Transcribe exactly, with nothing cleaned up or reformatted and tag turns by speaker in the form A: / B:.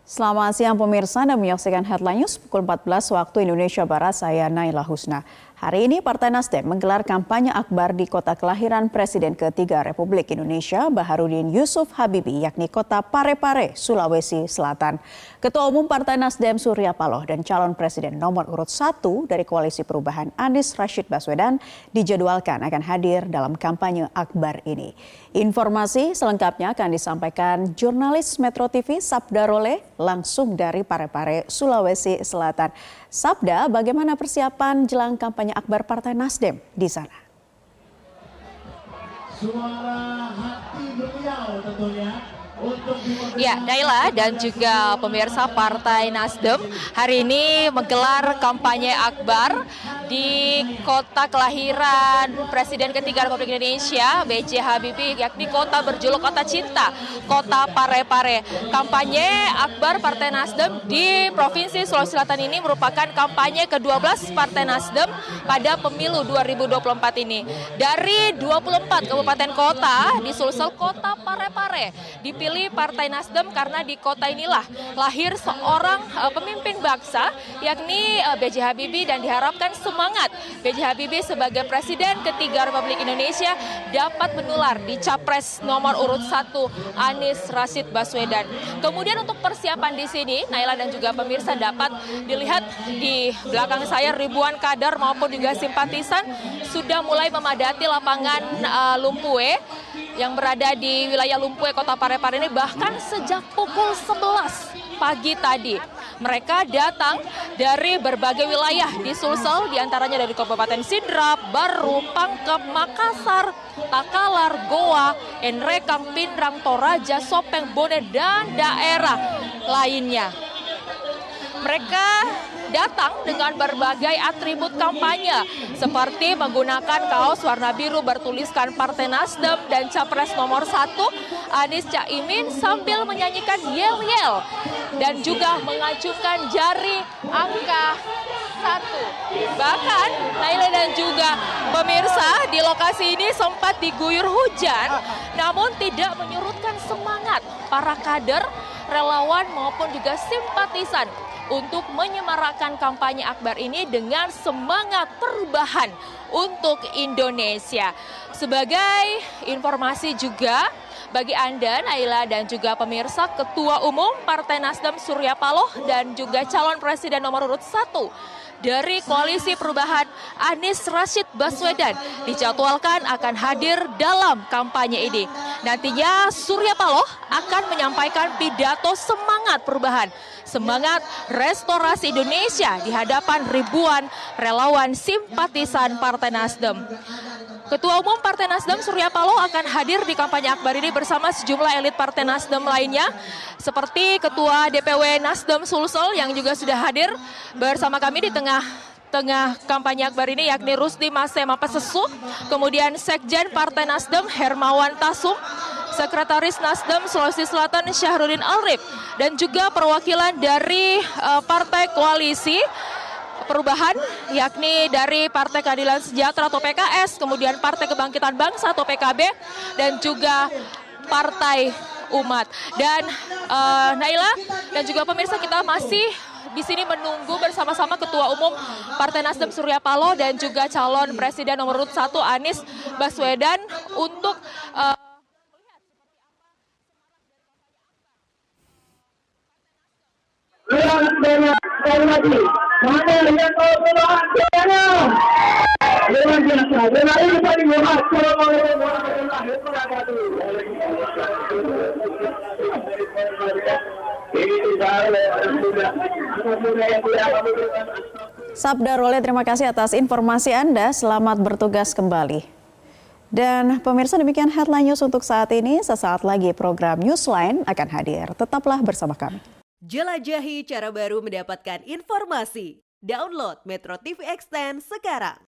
A: Selamat siang pemirsa, Anda menyaksikan Headline News pukul empat belas waktu Indonesia Barat, saya Naila Husna. Hari ini Partai Nasdem menggelar kampanye akbar di kota kelahiran Presiden ketiga Republik Indonesia, Baharudin Yusuf Habibie, yakni kota Parepare, Sulawesi Selatan. Ketua Umum Partai Nasdem Surya Paloh dan calon Presiden nomor urut satu dari Koalisi Perubahan Anies Rashid Baswedan dijadwalkan akan hadir dalam kampanye akbar ini. Informasi selengkapnya akan disampaikan jurnalis Metro T V Sabda Role langsung dari Parepare, Sulawesi Selatan. Sabda, bagaimana persiapan jelang kampanye akbar Partai Nasdem di sana?
B: Suara hati beliau tentunya.
C: Ya, Naila dan juga pemirsa Partai Nasdem hari ini menggelar kampanye akbar di kota kelahiran Presiden ketiga Republik Indonesia, B J Habibie, yakni kota berjuluk kota cinta, kota Parepare. Kampanye akbar Partai Nasdem di Provinsi Sulawesi Selatan ini merupakan kampanye ke dua belas Partai Nasdem pada pemilu dua ribu dua puluh empat ini. Dari dua puluh empat kabupaten kota di Sulsel, kota Parepare dipilih Partai Nasdem karena di kota inilah lahir seorang uh, pemimpin bangsa, yakni uh, B J Habibie, dan diharapkan semangat B J Habibie sebagai Presiden ketiga Republik Indonesia dapat menular di Capres nomor urut satu Anies Rashid Baswedan. Kemudian untuk persiapan di sini, Naila dan juga pemirsa dapat dilihat di belakang saya ribuan kader maupun juga simpatisan sudah mulai memadati lapangan uh, Lumpue yang berada di wilayah Lumpue, kota Parepare ini, bahkan sejak pukul sebelas pagi tadi. Mereka datang dari berbagai wilayah di Sulsel, diantaranya dari Kabupaten Sidrap, Baru, Pangkep, Makassar, Takalar, Goa, Enrekang, Pindrang, Toraja, Sopeng, Bone, dan daerah lainnya. Mereka datang dengan berbagai atribut kampanye seperti menggunakan kaos warna biru bertuliskan Partai Nasdem dan Capres nomor satu Anies Caimin sambil menyanyikan yel-yel dan juga mengacungkan jari angka satu. Bahkan Naila dan juga pemirsa di lokasi ini sempat diguyur hujan, namun tidak menyurutkan semangat para kader, relawan maupun juga simpatisan untuk menyemarakkan kampanye akbar ini dengan semangat perubahan untuk Indonesia. Sebagai informasi juga bagi Anda, Naila dan juga pemirsa, Ketua Umum Partai Nasdem Surya Paloh dan juga calon Presiden nomor urut satu dari Koalisi Perubahan Anies Rashid Baswedan dijadwalkan akan hadir dalam kampanye ini. Nantinya Surya Paloh akan menyampaikan pidato semangat perubahan, semangat restorasi Indonesia di hadapan ribuan relawan simpatisan Partai Nasdem. Ketua Umum Partai Nasdem Surya Paloh akan hadir di kampanye akbar ini bersama sejumlah elit Partai Nasdem lainnya, seperti Ketua D P W Nasdem Sulsel yang juga sudah hadir bersama kami di tengah tengah kampanye akbar ini, yakni Rusdi Mase Mapasesu, kemudian Sekjen Partai Nasdem Hermawan Tasum, Sekretaris Nasdem Sulawesi Selatan Syahrudin Alrif, dan juga perwakilan dari uh, Partai Koalisi Perubahan, yakni dari Partai Keadilan Sejahtera atau P K S, kemudian Partai Kebangkitan Bangsa atau P K B, dan juga Partai Umat. Dan uh, Naila dan juga pemirsa, kita masih di sini menunggu bersama-sama Ketua Umum Partai Nasdem Surya Paloh dan juga calon Presiden nomor urut satu Anies Baswedan untuk uh,
B: Mana yang tahu perubahan sebenarnya? Luar biasa. Dengan ini tadi Muhammad Sallallahu Alaihi Wasallam.
A: Sabda Role, terima kasih atas informasi Anda. Selamat bertugas kembali. Dan pemirsa, demikian Headline News untuk saat ini. Sesaat lagi program Newsline akan hadir. Tetaplah bersama kami.
D: Jelajahi cara baru mendapatkan informasi. Download Metro T V Extend sekarang.